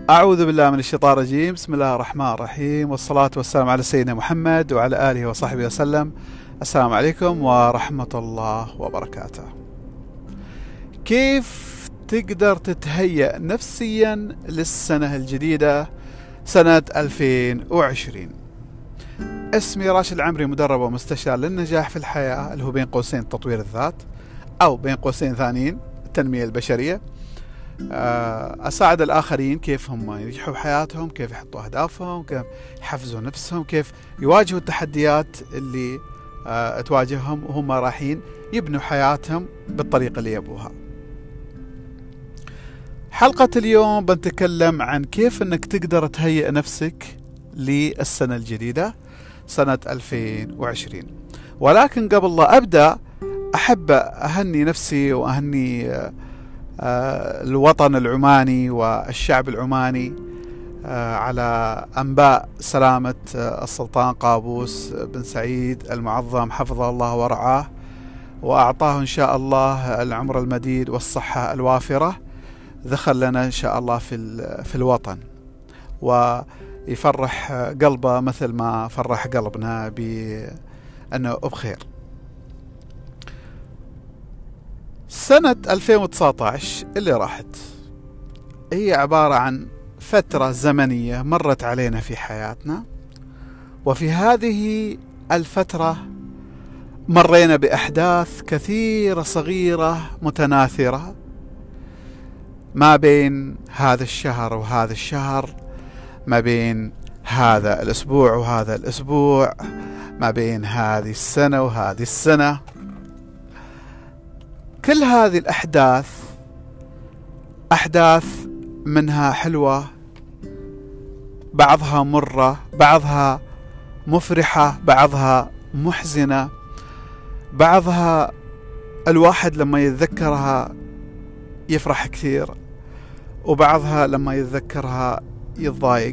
أعوذ بالله من الشيطان الرجيم. بسم الله الرحمن الرحيم، والصلاة والسلام على سيدنا محمد وعلى آله وصحبه وسلم. السلام عليكم ورحمة الله وبركاته. كيف تقدر تتهيأ نفسيا للسنة الجديدة سنة 2020؟ اسمي راشد العمري، مدرب ومستشار للنجاح في الحياة، اللي هو بين قوسين تطوير الذات، أو بين قوسين ثانيين التنمية البشرية. أساعد الآخرين كيف هم ينجحوا بحياتهم، كيف يحطوا أهدافهم، كيف يحفزوا نفسهم، كيف يواجهوا التحديات اللي تواجههم وهم رايحين يبنوا حياتهم بالطريقة اللي يبوها. حلقة اليوم بنتكلم عن كيف أنك تقدر تهيئ نفسك للسنة الجديدة سنة 2020. ولكن قبل لا أبدأ أحب أهني نفسي وأهني الوطن العماني والشعب العماني على أنباء سلامة السلطان قابوس بن سعيد المعظم، حفظه الله ورعاه وأعطاه إن شاء الله العمر المديد والصحة الوافرة. دخل لنا إن شاء الله في الوطن ويفرح قلبه مثل ما فرح قلبنا بأنه بخير. سنة 2019 اللي راحت هي عبارة عن فترة زمنية مرت علينا في حياتنا، وفي هذه الفترة مرينا بأحداث كثيرة صغيرة متناثرة ما بين هذا الشهر وهذا الشهر، ما بين هذا الأسبوع وهذا الأسبوع، ما بين هذه السنة وهذه السنة. كل هذه الأحداث أحداث منها حلوة، بعضها مرة، بعضها مفرحة، بعضها محزنة، بعضها الواحد لما يتذكرها يفرح كثير، وبعضها لما يتذكرها يتضايق.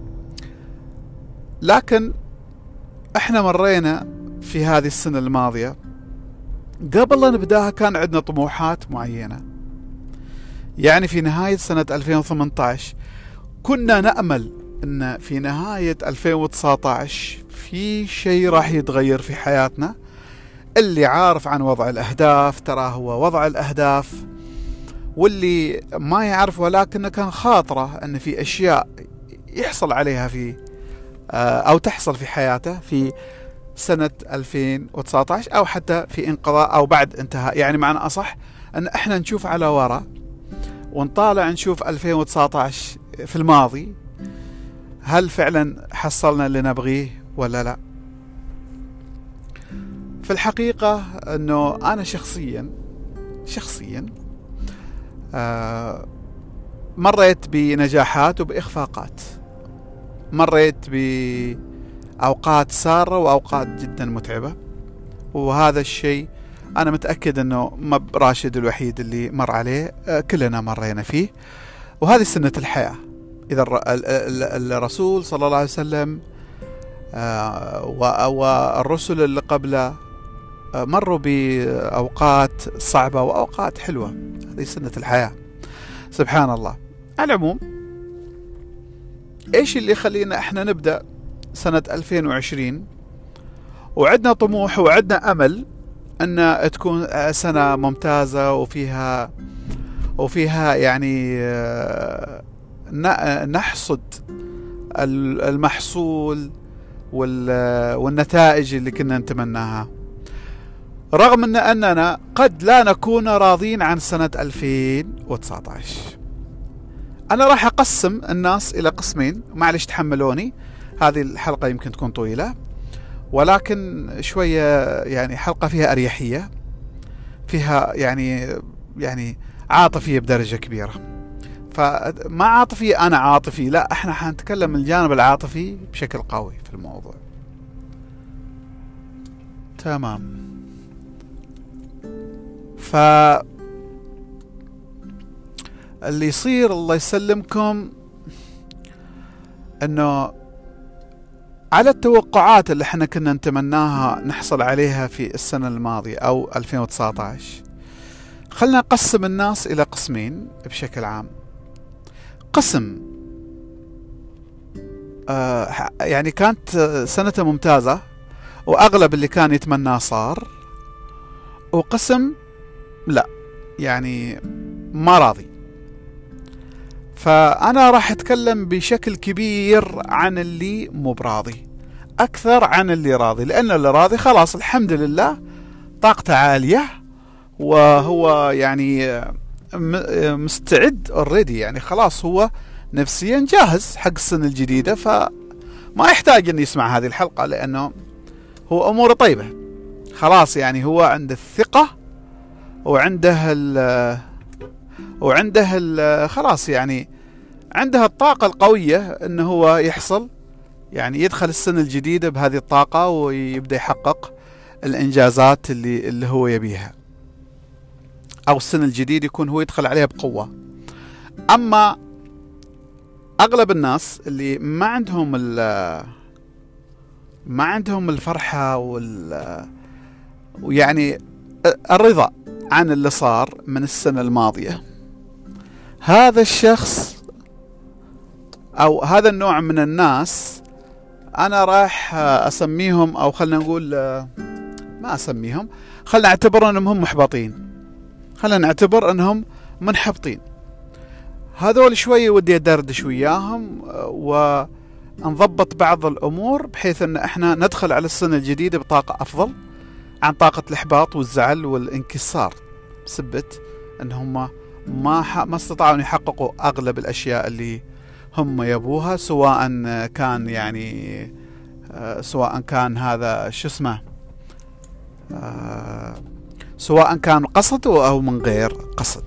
لكن احنا مرينا في هذه السنة الماضية قبل لا نبداها كان عندنا طموحات معينة. يعني في نهاية سنة 2018 كنا نأمل أن في نهاية 2019 في شيء راح يتغير في حياتنا. اللي عارف عن وضع الأهداف ترى هو وضع الأهداف، واللي ما يعرف ولكن كان خاطره أن في أشياء يحصل عليها في أو تحصل في حياته في سنة 2019 أو حتى في انقضاء أو بعد انتهاء. يعني معنى أصح أن احنا نشوف على وراء ونطالع نشوف 2019 في الماضي، هل فعلا حصلنا اللي نبغيه ولا لا. في الحقيقة أنه أنا شخصيا مريت بنجاحات وبإخفاقات، مريت بأوقات سارة وأوقات جدا متعبة، وهذا الشيء أنا متأكد أنه ما براشد الوحيد اللي مر عليه، كلنا مرينا فيه. وهذه سنة الحياة. إذا الرسول صلى الله عليه وسلم والرسل اللي قبله مروا بأوقات صعبة وأوقات حلوة، هذه سنة الحياة سبحان الله. على العموم، إيش اللي يخلينا إحنا نبدأ سنة 2020 وعندنا طموح وعندنا أمل أن تكون سنة ممتازة وفيها يعني نحصد المحصول والنتائج اللي كنا نتمناها، رغم أننا قد لا نكون راضين عن سنة 2019. أنا راح أقسم الناس إلى قسمين، معلش تحملوني، هذه الحلقة يمكن تكون طويلة ولكن شوية يعني حلقة فيها أريحية، فيها يعني عاطفية بدرجة كبيرة. فما عاطفي أنا عاطفي، لا، احنا حنتكلم من الجانب العاطفي بشكل قوي في الموضوع. تمام. اللي يصير الله يسلمكم انه على التوقعات اللي احنا كنا نتمناها نحصل عليها في السنة الماضية او 2019، خلنا نقسم الناس الى قسمين بشكل عام. قسم يعني كانت سنته ممتازة، وأغلب اللي كان يتمناه صار، وقسم لا، يعني ما راضي. فأنا راح أتكلم بشكل كبير عن اللي مو براضي أكثر عن اللي راضي، لأن اللي راضي خلاص الحمد لله طاقته عالية، وهو يعني مستعد اوريدي، يعني خلاص هو نفسيا جاهز حق السنة الجديدة، فما يحتاج أن يسمع هذه الحلقة، لأنه هو أموره طيبة خلاص. يعني هو عنده الثقة وعنده خلاص، يعني عنده الطاقة القوية أنه هو يحصل، يعني يدخل السنة الجديدة بهذه الطاقة ويبدأ يحقق الإنجازات اللي هو يبيها، أو السنة الجديدة يكون هو يدخل عليها بقوة. أما أغلب الناس اللي ما عندهم الفرحة ويعني الرضا عن اللي صار من السنة الماضية، هذا الشخص أو هذا النوع من الناس أنا راح أسميهم، أو خلنا نقول ما أسميهم، خلنا نعتبر أنهم هم محبطين، خلنا نعتبر أنهم منحبطين. هذول شوي ودي أدردش وياهم ونضبط بعض الأمور بحيث أن احنا ندخل على السنة الجديدة بطاقة أفضل عن طاقة الإحباط والزعل والانكسار، بسبة أنهم ما استطاعوا أن يحققوا أغلب الأشياء اللي هم يبوها، سواء كان يعني سواء كان هذا شو اسمه سواء كان قصد أو من غير قصد.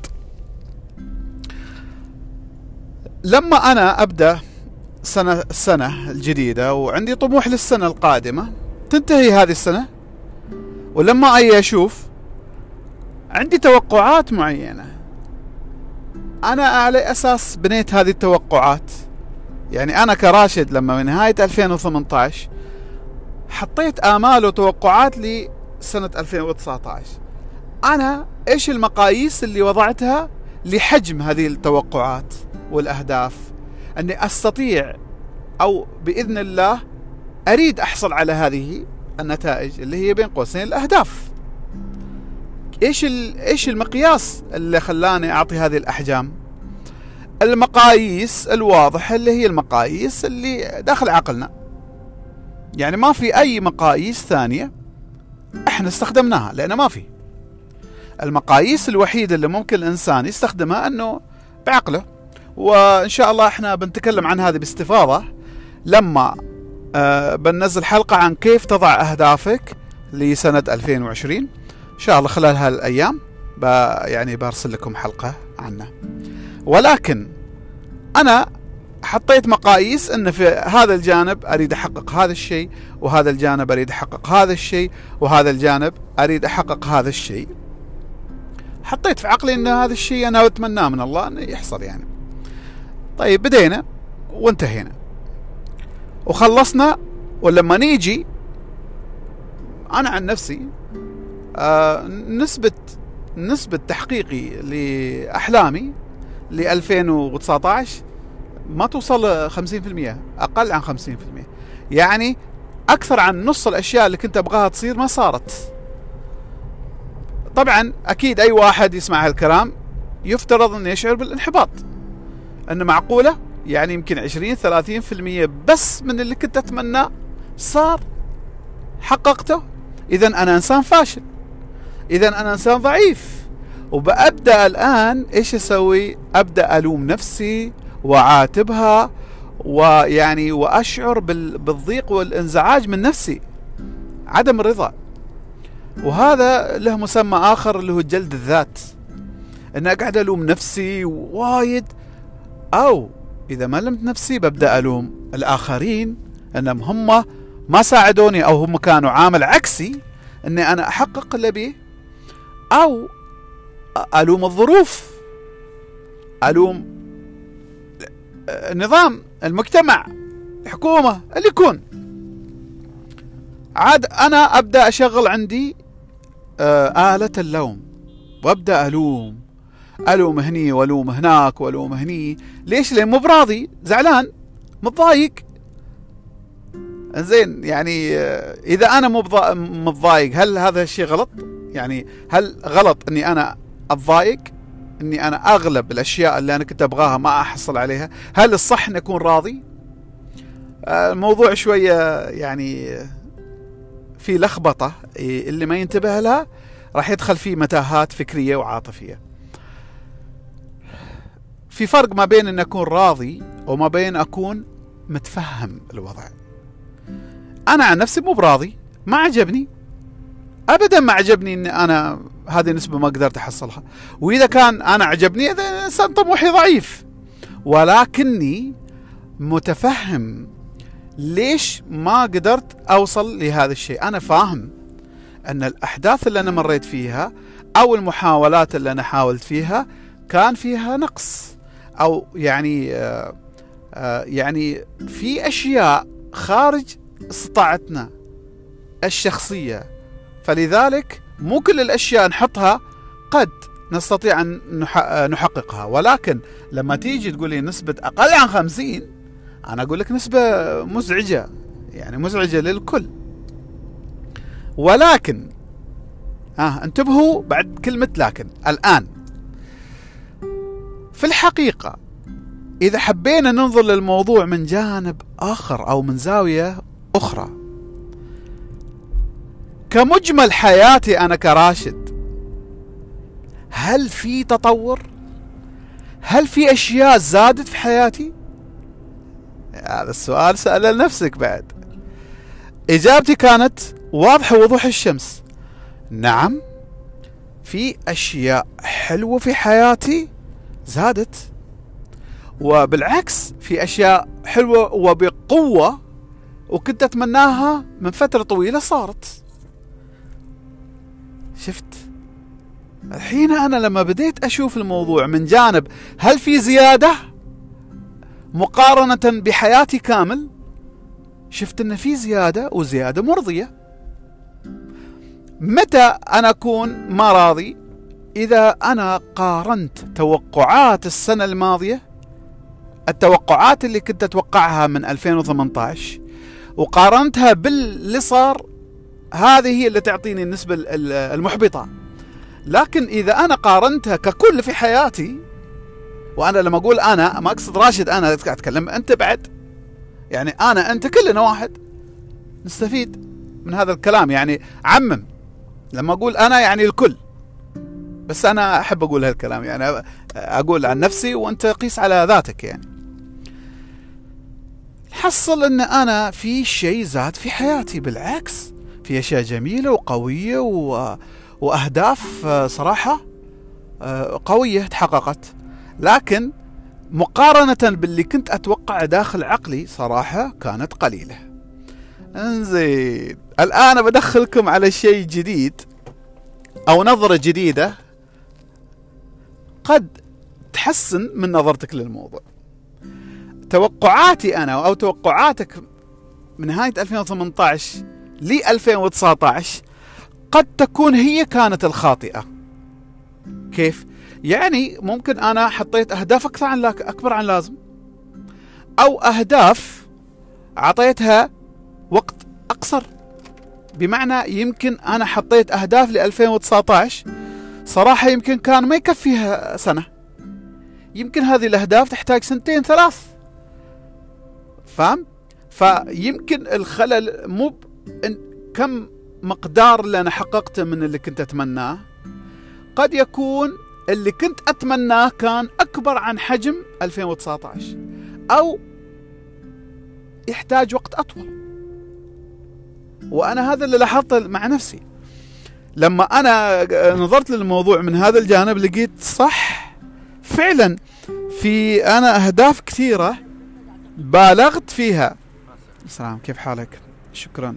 لما أنا أبدأ السنة الجديدة وعندي طموح للسنة القادمة، تنتهي هذه السنة، ولما أجي أشوف عندي توقعات معينة، أنا على أساس بنيت هذه التوقعات. يعني أنا كراشد لما من نهاية 2018 حطيت آمال وتوقعات لسنة 2019، أنا إيش المقاييس اللي وضعتها لحجم هذه التوقعات والأهداف؟ أني أستطيع أو بإذن الله أريد أحصل على هذه النتائج اللي هي بين قوسين الأهداف. إيش المقياس اللي خلاني أعطي هذه الأحجام؟ المقاييس الواضحة اللي هي المقاييس اللي داخل عقلنا، يعني ما في أي مقاييس ثانية احنا استخدمناها، لأن ما في. المقاييس الوحيدة اللي ممكن الإنسان يستخدمها أنه بعقله، وإن شاء الله احنا بنتكلم عن هذه باستفاضة لما بننزل حلقة عن كيف تضع أهدافك لسنة 2020 إن شاء الله. خلال هالأيام يعني برسل لكم حلقة عنه. ولكن أنا حطيت مقاييس أن في هذا الجانب أريد أحقق هذا الشيء، وهذا الجانب أريد أحقق هذا الشيء، وهذا الجانب أريد أحقق هذا الشيء. حطيت في عقلي أن هذا الشيء أنا أتمناه من الله أنه يحصل يعني. طيب بدينا وانتهينا وخلصنا، ولما نيجي أنا عن نفسي نسبة تحقيقي لأحلامي ل 2019 ما توصل 50%، أقل عن 50%. يعني أكثر عن نص الأشياء اللي كنت أبغاها تصير ما صارت. طبعا أكيد أي واحد يسمع هالكلام يفترض أن يشعر بالانحباط، أنه معقولة يعني يمكن 20-30% بس من اللي كنت أتمناه صار، حققته، إذا أنا إنسان فاشل، إذا أنا إنسان ضعيف. وبأبدأ الآن إيش أسوي؟ أبدأ ألوم نفسي وعاتبها، ويعني وأشعر بالضيق والانزعاج من نفسي، عدم الرضا. وهذا له مسمى آخر اللي هو جلد الذات، أن أقعد ألوم نفسي وايد، أو إذا ما لمت نفسي ببدأ ألوم الآخرين أنهم هم ما ساعدوني، أو هم كانوا عامل عكسي أني أنا أحقق اللي بيه، أو ألوم الظروف، ألوم النظام، المجتمع، الحكومة، اللي يكون. عاد أنا أبدأ أشغل عندي آلة اللوم، وأبدأ ألوم هني وألوم هناك وألوم هني. ليش؟ لأن مو براضي، زعلان، متضايق، زين يعني اذا انا متضايق، هل هذا الشيء غلط؟ يعني هل غلط اني انا اتضايق، اني انا اغلب الاشياء اللي انا كنت ابغاها ما احصل عليها؟ هل الصح اني اكون راضي؟ الموضوع شوية يعني في لخبطة، اللي ما ينتبه لها راح يدخل في متاهات فكرية وعاطفية. في فرق ما بين ان اكون راضي وما بين اكون متفهم الوضع. انا عن نفسي مو براضي، ما عجبني ابدا، ما عجبني ان انا هذه نسبة ما قدرت احصلها، واذا كان انا عجبني اذا انسان طموحي ضعيف، ولكني متفهم ليش ما قدرت اوصل لهذا الشيء. انا فاهم ان الاحداث اللي انا مريت فيها او المحاولات اللي انا حاولت فيها كان فيها نقص، او يعني في اشياء خارج استطاعتنا الشخصية، فلذلك مو كل الاشياء نحطها قد نستطيع ان نحققها. ولكن لما تيجي تقول لي نسبة اقل عن 50، انا اقول لك نسبة مزعجة، يعني مزعجة للكل. ولكن انتبهوا بعد كلمة لكن. الآن في الحقيقة إذا حبينا ننظر للموضوع من جانب آخر أو من زاوية أخرى، كمجمل حياتي أنا كراشد، هل في تطور؟ هل في أشياء زادت في حياتي؟ هذا السؤال سأله لنفسك بعد. إجابتي كانت واضحة وضوح الشمس: نعم، في أشياء حلوة في حياتي زادت، وبالعكس في أشياء حلوة وبقوة وكنت أتمناها من فترة طويلة صارت. شفت؟ الحين أنا لما بديت أشوف الموضوع من جانب هل في زيادة مقارنة بحياتي كامل، شفت أن في زيادة، وزيادة مرضية. متى أنا أكون ما راضي؟ إذا أنا قارنت توقعات السنة الماضية، التوقعات اللي كنت أتوقعها من 2018، وقارنتها باللي صار، هذه هي اللي تعطيني النسبة المحبطة. لكن إذا أنا قارنتها ككل في حياتي، وأنا لما أقول أنا ما أقصد راشد، أنا أتكلم أنت بعد، يعني أنا أنت كلنا واحد، نستفيد من هذا الكلام، يعني عمم. لما أقول أنا يعني الكل، بس أنا أحب أقول هالكلام، يعني أقول عن نفسي وأنت قيس على ذاتك. يعني حصل أن أنا في شيء زاد في حياتي، بالعكس في أشياء جميلة وقوية وأهداف صراحة قوية تحققت، لكن مقارنة باللي كنت أتوقع داخل عقلي صراحة كانت قليلة. انزين، الآن بدخلكم على شيء جديد أو نظرة جديدة قد تحسن من نظرتك للموضوع. توقعاتي أنا أو توقعاتك من نهاية 2018 ل 2019 قد تكون هي كانت الخاطئة. كيف؟ يعني ممكن أنا حطيت أهداف أكبر عن لازم، أو أهداف عطيتها وقت أقصر. بمعنى يمكن أنا حطيت أهداف ل 2019 صراحة يمكن كان ما يكفيها سنة، يمكن هذه الأهداف تحتاج 2 3. فاهم؟ فيمكن الخلل مو كم مقدار اللي أنا حققته من اللي كنت أتمناه، قد يكون اللي كنت أتمناه كان أكبر عن حجم 2019، أو يحتاج وقت أطول. وأنا هذا اللي لاحظته مع نفسي لما أنا نظرت للموضوع من هذا الجانب، لقيت صح فعلا في أنا أهداف كثيرة بالغت فيها. السلام، كيف حالك؟ شكرا،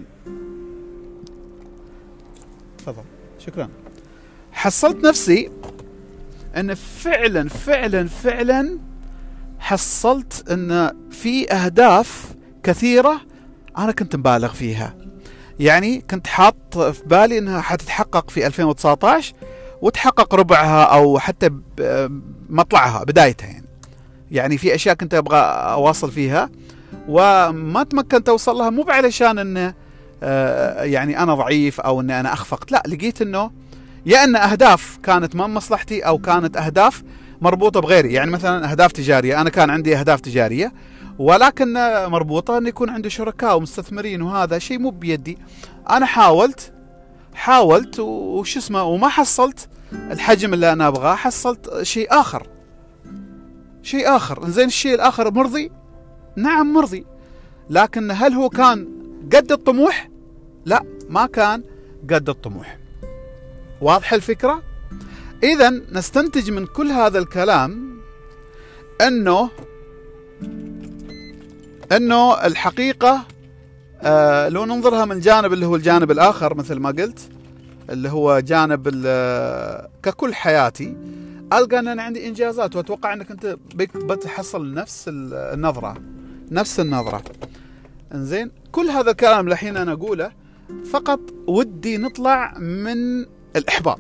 تفضل. شكرا. حصلت نفسي أن فعلا فعلا فعلا حصلت أن في أهداف كثيرة أنا كنت مبالغ فيها. يعني كنت حاط في بالي أنها حتتحقق في 2019 وتحقق ربعها أو حتى مطلعها بدايتها. يعني في أشياء كنت أبغى أواصل فيها وما تمكنت أوصل لها، مو علشان أنه يعني أنا ضعيف أو أني أنا أخفقت، لا، لقيت أنه يا أن أهداف كانت من مصلحتي أو كانت أهداف مربوطة بغيري. يعني مثلا أهداف تجارية، أنا كان عندي أهداف تجارية ولكن مربوطة أن يكون عندي شركاء ومستثمرين، وهذا شيء مو بيدي. أنا حاولت وش اسمه، وما حصلت الحجم اللي أنا أبغاه، حصلت شيء آخر. إنزين، الشيء الآخر مرضي؟ نعم مرضي، لكن هل هو كان قد الطموح؟ لا، ما كان قد الطموح. واضح الفكرة؟ إذن نستنتج من كل هذا الكلام أنه الحقيقة لو ننظرها من جانب اللي هو الجانب الآخر، مثل ما قلت، اللي هو جانب ككل حياتي، ألقى أن أنا عندي إنجازات، وأتوقع أنك أنت بتحصل نفس النظرة. إنزين، كل هذا الكلام لحين أنا أقوله فقط ودي نطلع من الإحباط،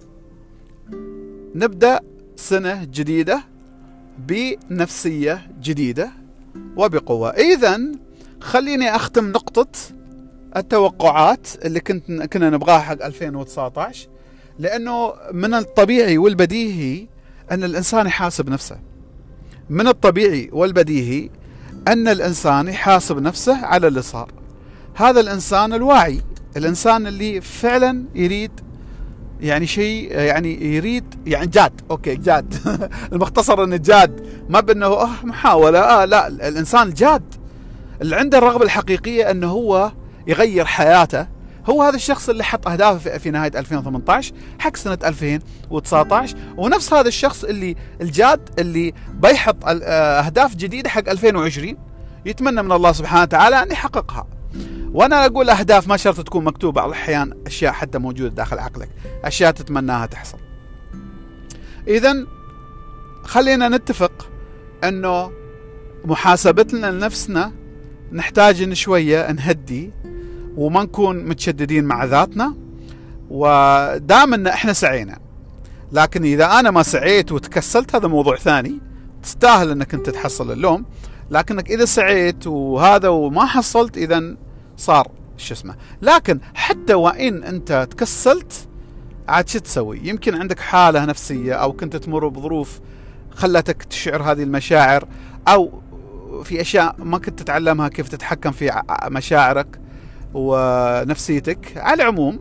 نبدأ سنة جديدة بنفسية جديدة وبقوة. إذن خليني أختم نقطة التوقعات اللي كنا نبغاها حق 2019، لأنه من الطبيعي والبديهي أن الإنسان يحاسب نفسه. من الطبيعي والبديهي أن الإنسان يحاسب نفسه على اللي صار. هذا الإنسان الواعي، الإنسان اللي فعلا يريد يعني شيء، يعني يريد يعني جاد، أوكي جاد المختصر أنه جاد، ما بأنه محاولة، لا، الإنسان الجاد اللي عنده الرغبة الحقيقية أنه هو يغير حياته، هو هذا الشخص اللي حط أهدافه في نهاية 2018 حق سنة 2019. ونفس هذا الشخص اللي الجاد اللي بيحط أهداف جديدة حق 2020، يتمنى من الله سبحانه وتعالى أن يحققها. وأنا أقول أهداف ما شرط تكون مكتوبة، بعض الأحيان أشياء حتى موجودة داخل عقلك، أشياء تتمناها تحصل. إذن خلينا نتفق أنه محاسبتنا لنفسنا نحتاج إن شوية نهدي وما نكون متشددين مع ذاتنا، ودام إن إحنا سعينا. لكن إذا أنا ما سعيت وتكسلت هذا موضوع ثاني، تستاهل إنك أنت تحصل اللوم. لكنك إذا سعيت وهذا وما حصلت، إذن صار شو اسمه. لكن حتى وإن أنت تكسلت، عاد شو تسوي؟ يمكن عندك حالة نفسية أو كنت تمر بظروف خلتك تشعر هذه المشاعر، أو في أشياء ما كنت تتعلمها كيف تتحكم في مشاعرك ونفسيتك. على العموم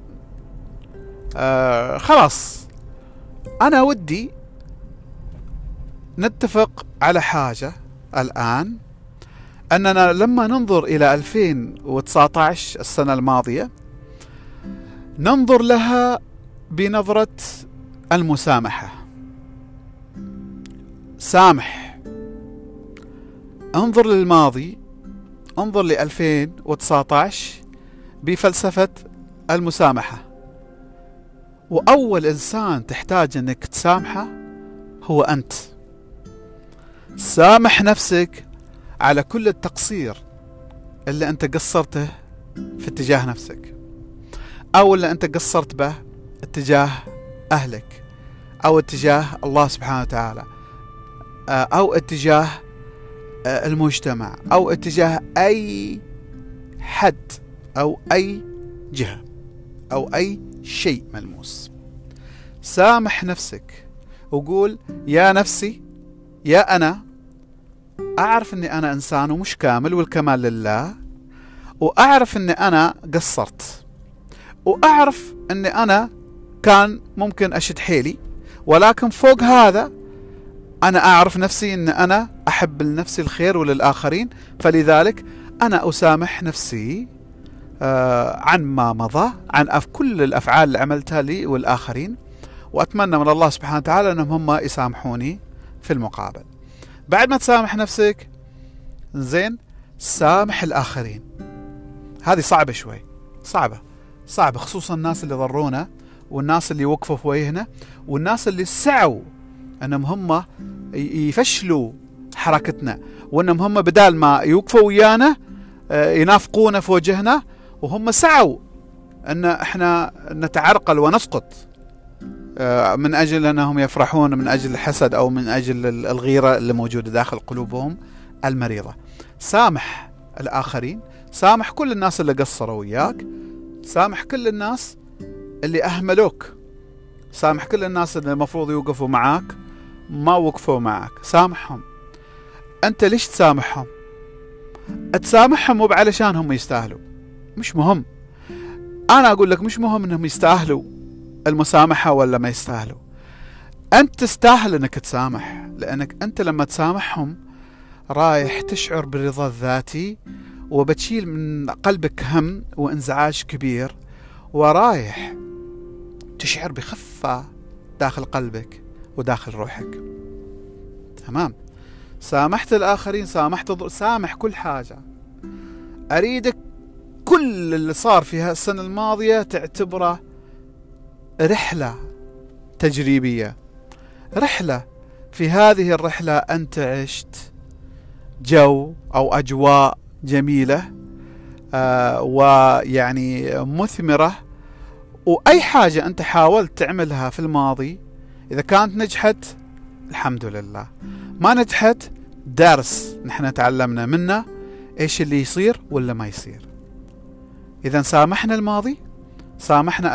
خلاص، أنا ودي نتفق على حاجة الآن، أننا لما ننظر إلى 2019 السنة الماضية ننظر لها بنظرة المسامحة. سامح، انظر للماضي، انظر ل 2019 بفلسفة المسامحة. وأول إنسان تحتاج أنك تسامحه هو أنت. سامح نفسك على كل التقصير اللي أنت قصرته في اتجاه نفسك، أو اللي أنت قصرت به اتجاه أهلك، أو اتجاه الله سبحانه وتعالى، أو اتجاه المجتمع، أو اتجاه أي حد أو أي جهة أو أي شيء ملموس. سامح نفسك وقول: يا نفسي، يا أنا أعرف أني أنا إنسان ومش كامل، والكمال لله، وأعرف أني أنا قصرت، وأعرف أني أنا كان ممكن أشد حيلي، ولكن فوق هذا أنا أعرف نفسي أن أنا أحب لنفسي الخير وللآخرين، فلذلك أنا أسامح نفسي عن ما مضى، عن كل الأفعال اللي عملتها لي والآخرين، وأتمنى من الله سبحانه وتعالى أنهم هم يسامحوني في المقابل. بعد ما تسامح نفسك، زين، سامح الآخرين. هذه صعبة شوي، صعبة، خصوصا الناس اللي ضرونا، والناس اللي وقفوا في وجهنا، والناس اللي سعوا أنهم هم يفشلوا حركتنا، وأنهم هم بدال ما يوقفوا ويانا ينافقونا في وجهنا، وهم سعوا أن احنا نتعرقل ونسقط من أجل أنهم يفرحون من أجل الحسد أو من أجل الغيرة اللي موجودة داخل قلوبهم المريضة. سامح الآخرين، سامح كل الناس اللي قصروا وياك، سامح كل الناس اللي أهملوك، سامح كل الناس اللي المفروض يوقفوا معاك ما وقفوا معاك، سامحهم. أنت ليش تسامحهم؟ تسامحهم مو علشان هم يستاهلوا، مش مهم. أنا أقول لك مش مهم أنهم يستاهلوا المسامحة ولا ما يستاهلوا. أنت تستاهل أنك تسامح، لأنك أنت لما تسامحهم رايح تشعر بالرضا الذاتي، وبتشيل من قلبك هم وانزعاج كبير، ورايح تشعر بخفة داخل قلبك وداخل روحك. تمام؟ سامحت الآخرين، سامح كل حاجة. أريدك كل اللي صار في السنة الماضية تعتبره رحلة تجريبية، رحلة. في هذه الرحلة أنت عشت جو أو أجواء جميلة ويعني مثمرة، وأي حاجة أنت حاولت تعملها في الماضي إذا كانت نجحت الحمد لله، ما نجحت درس نحن تعلمنا منه إيش اللي يصير ولا ما يصير. إذا سامحنا الماضي، سامحنا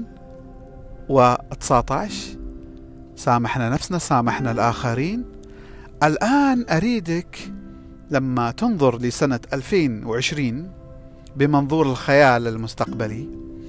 2019، سامحنا نفسنا، سامحنا الآخرين. الآن أريدك لما تنظر لسنة 2020 بمنظور الخيال المستقبلي،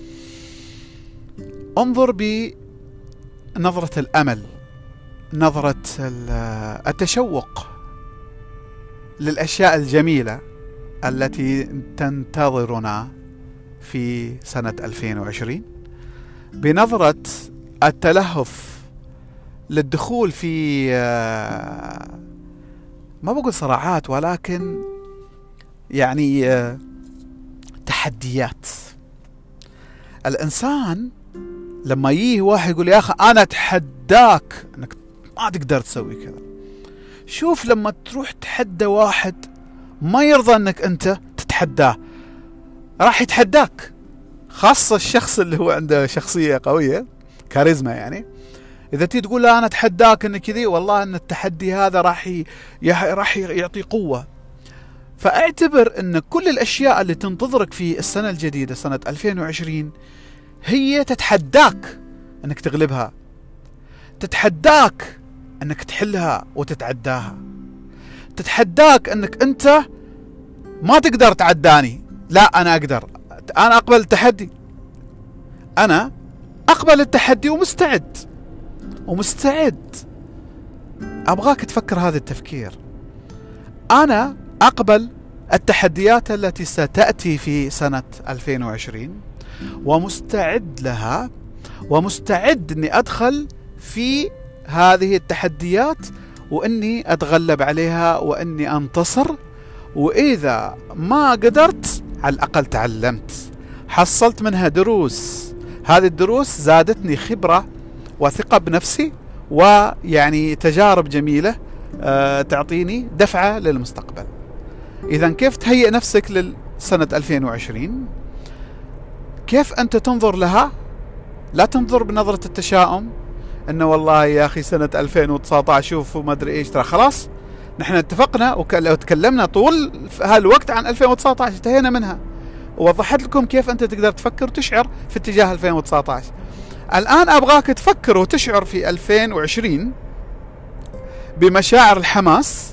انظر بنظرة الأمل، نظرة التشوق للأشياء الجميلة التي تنتظرنا في سنة 2020، بنظرة التلهف للدخول في ما بقول صراعات، ولكن يعني تحديات. الإنسان لما يجي واحد يقول يا أخي أنا أتحداك أنك ما تقدر تسوي كذا، شوف لما تروح تحدى واحد ما يرضى أنك أنت تتحداه، راح يتحداك. خاصة الشخص اللي هو عنده شخصية قوية، كاريزما يعني، إذا تي تقول له أنا أتحداك أن كذي، والله أن التحدي هذا راح يعطي قوة. فاعتبر أن كل الأشياء اللي تنتظرك في السنة الجديدة سنة 2020 هي تتحداك أنك تغلبها، تتحداك أنك تحلها وتتعداها، تتحداك أنك أنت ما تقدر تعداني، لا أنا أقدر، أنا أقبل التحدي، أنا أقبل التحدي ومستعد. أبغاك تفكر هذا التفكير، أنا أقبل التحديات التي ستأتي في سنة 2020 ومستعد لها، ومستعد أني أدخل في هذه التحديات وأني أتغلب عليها وأني أنتصر. وإذا ما قدرت على الأقل تعلمت، حصلت منها دروس، هذه الدروس زادتني خبرة وثقة بنفسي، ويعني تجارب جميلة تعطيني دفعة للمستقبل. إذا كيف تهيئ نفسك للسنة 2020؟ كيف أنت تنظر لها؟ لا تنظر بنظرة التشاؤم إنه والله يا أخي سنة 2019 شوفوا ما أدري إيش، ترى خلاص نحن اتفقنا وتكلمنا طول هالوقت عن 2019، انتهينا منها، ووضحت لكم كيف أنت تقدر تفكر وتشعر في اتجاه 2019. الآن أبغاك تفكر وتشعر في 2020 بمشاعر الحماس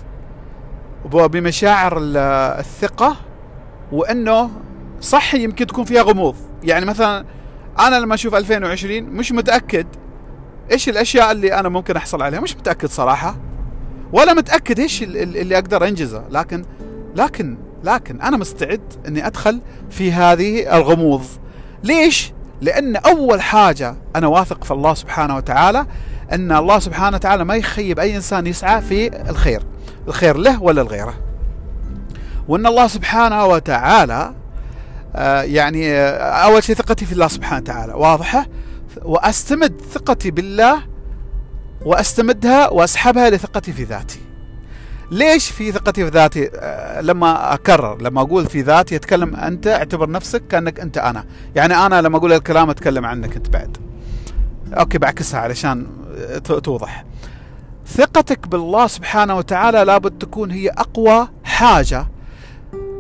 وبمشاعر الثقة، وأنه صح يمكن تكون فيها غموض. يعني مثلا أنا لما أشوف 2020 مش متأكد إيش الأشياء اللي أنا ممكن أحصل عليها، مش متأكد صراحة، ولا متأكد إيش اللي أقدر أنجزه، لكن أنا مستعد أني أدخل في هذه الغموض. ليش؟ لأن أول حاجة أنا واثق في الله سبحانه وتعالى، أن الله سبحانه وتعالى ما يخيب أي إنسان يسعى في الخير له ولا لغيره، وأن الله سبحانه وتعالى يعني أول شيء ثقتي في الله سبحانه وتعالى واضحة، وأستمد ثقتي بالله وأستمدها وأسحبها لثقتي في ذاتي. ليش في ثقتي في ذاتي؟ لما أكرر، لما أقول في ذاتي أتكلم، أنت اعتبر نفسك كأنك أنت أنا، يعني أنا لما أقول الكلام أتكلم عنك أنت بعد. أوكي بعكسها علشان توضح. ثقتك بالله سبحانه وتعالى لابد تكون هي أقوى حاجة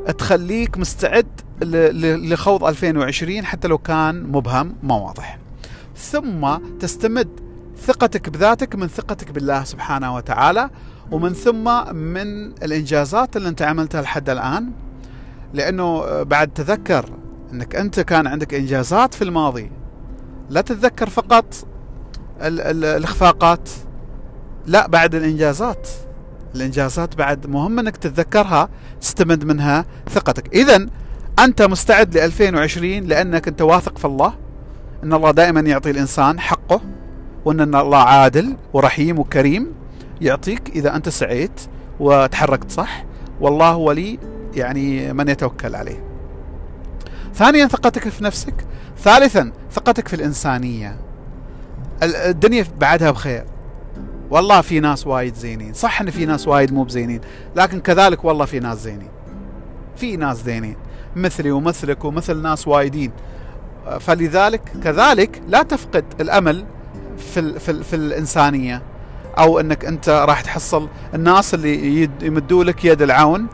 تخليك مستعد لخوض 2020 حتى لو كان مبهم ما واضح. ثم تستمد ثقتك بذاتك من ثقتك بالله سبحانه وتعالى، ومن ثم من الإنجازات اللي أنت عملتها لحد الآن. لأنه بعد تذكر أنك أنت كان عندك إنجازات في الماضي، لا تتذكر فقط الإخفاقات، لا، بعد الإنجازات بعد مهم أنك تتذكرها، تستمد منها ثقتك. إذن أنت مستعد ل 2020 لأنك أنت واثق في الله، أن الله دائما يعطي الإنسان حقه، وأن الله عادل ورحيم وكريم، يعطيك إذا أنت سعيت وتحركت صح، والله ولي يعني من يتوكل عليه. ثانيا ثقتك في نفسك. ثالثا ثقتك في الإنسانية. الدنيا بعدها بخير، والله في ناس وايد زينين، صح ان في ناس وايد مو بزينين، لكن كذلك والله في ناس زينين، في ناس زينين مثلي ومثلك ومثل ناس وايدين. فلذلك كذلك لا تفقد الامل في الانسانيه، او انك انت راح تحصل الناس اللي يمدوا لك يد العون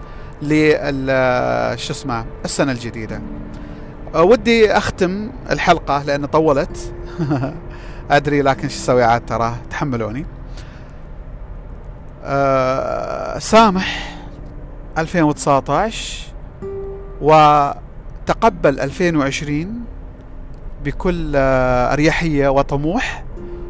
السنه الجديده. ودي اختم الحلقه لان طولت ادري، لكن شو اسوي عاد، ترى تحملوني. سامح 2019 وتقبل 2020 بكل أريحية وطموح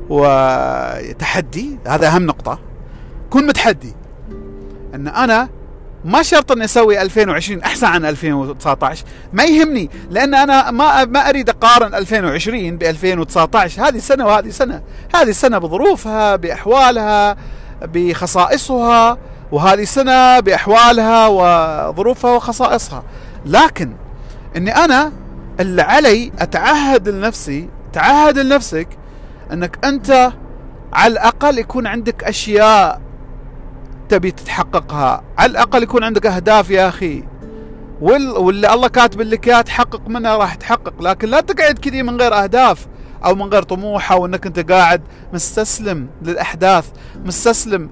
وتحدي. هذا أهم نقطة، كن متحدي. أن أنا ما شرط أن أسوي 2020 أحسن عن 2019، ما يهمني، لأن أنا ما أريد أقارن 2020 ب 2019. هذه سنة وهذه سنة، هذه سنة بظروفها بأحوالها بخصائصها، وهذه سنة بأحوالها وظروفها وخصائصها. لكن أني أنا اللي علي أتعهد لنفسي، تعهد لنفسك أنك أنت على الأقل يكون عندك أشياء تبي تتحققها، على الأقل يكون عندك أهداف يا أخي، واللي الله كاتب لك إياها تحقق منها راح تحقق. لكن لا تقعد كذي من غير أهداف أو من غير طموح، أو أنك أنت قاعد مستسلم للأحداث، مستسلم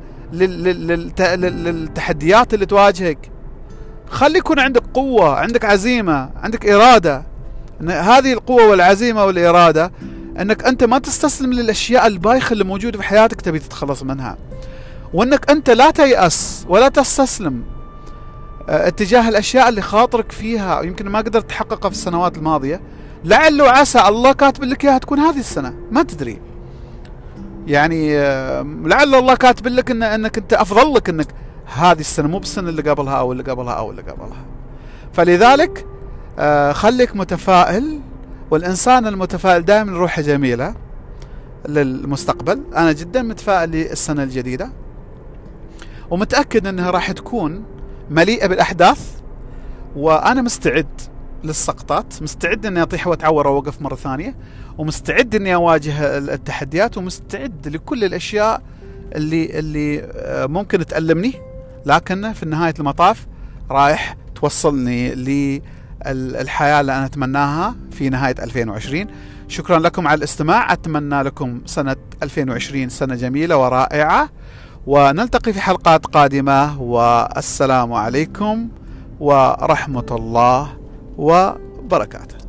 للتحديات اللي تواجهك. خلي يكون عندك قوة، عندك عزيمة، عندك إرادة. هذه القوة والعزيمة والإرادة أنك أنت ما تستسلم للأشياء البايخة اللي موجودة في حياتك تبي تتخلص منها، وأنك أنت لا تيأس ولا تستسلم اتجاه الأشياء اللي خاطرك فيها يمكن ما قدرت تحققها في السنوات الماضية. لعل وعسى الله كاتب لك إياها تكون هذه السنة، ما تدري يعني. لعل الله كاتب لك أنك أنت أفضل لك أنك هذه السنة، مو بالسنة اللي قبلها أو اللي قبلها أو اللي قبلها. فلذلك خليك متفائل، والإنسان المتفائل دائما روحه جميلة للمستقبل. أنا جدا متفائل للسنة الجديدة، ومتأكد أنها راح تكون مليئة بالأحداث، وأنا مستعد للسقطات، مستعد أني أطيح وأتعور وأوقف مرة ثانية، ومستعد أني أواجه التحديات، ومستعد لكل الأشياء اللي ممكن تألمني، لكن في نهاية المطاف رايح توصلني للحياة اللي أنا أتمناها في نهاية 2020. شكرا لكم على الاستماع، أتمنى لكم سنة 2020 سنة جميلة ورائعة، ونلتقي في حلقات قادمة، والسلام عليكم ورحمة الله وبركاته.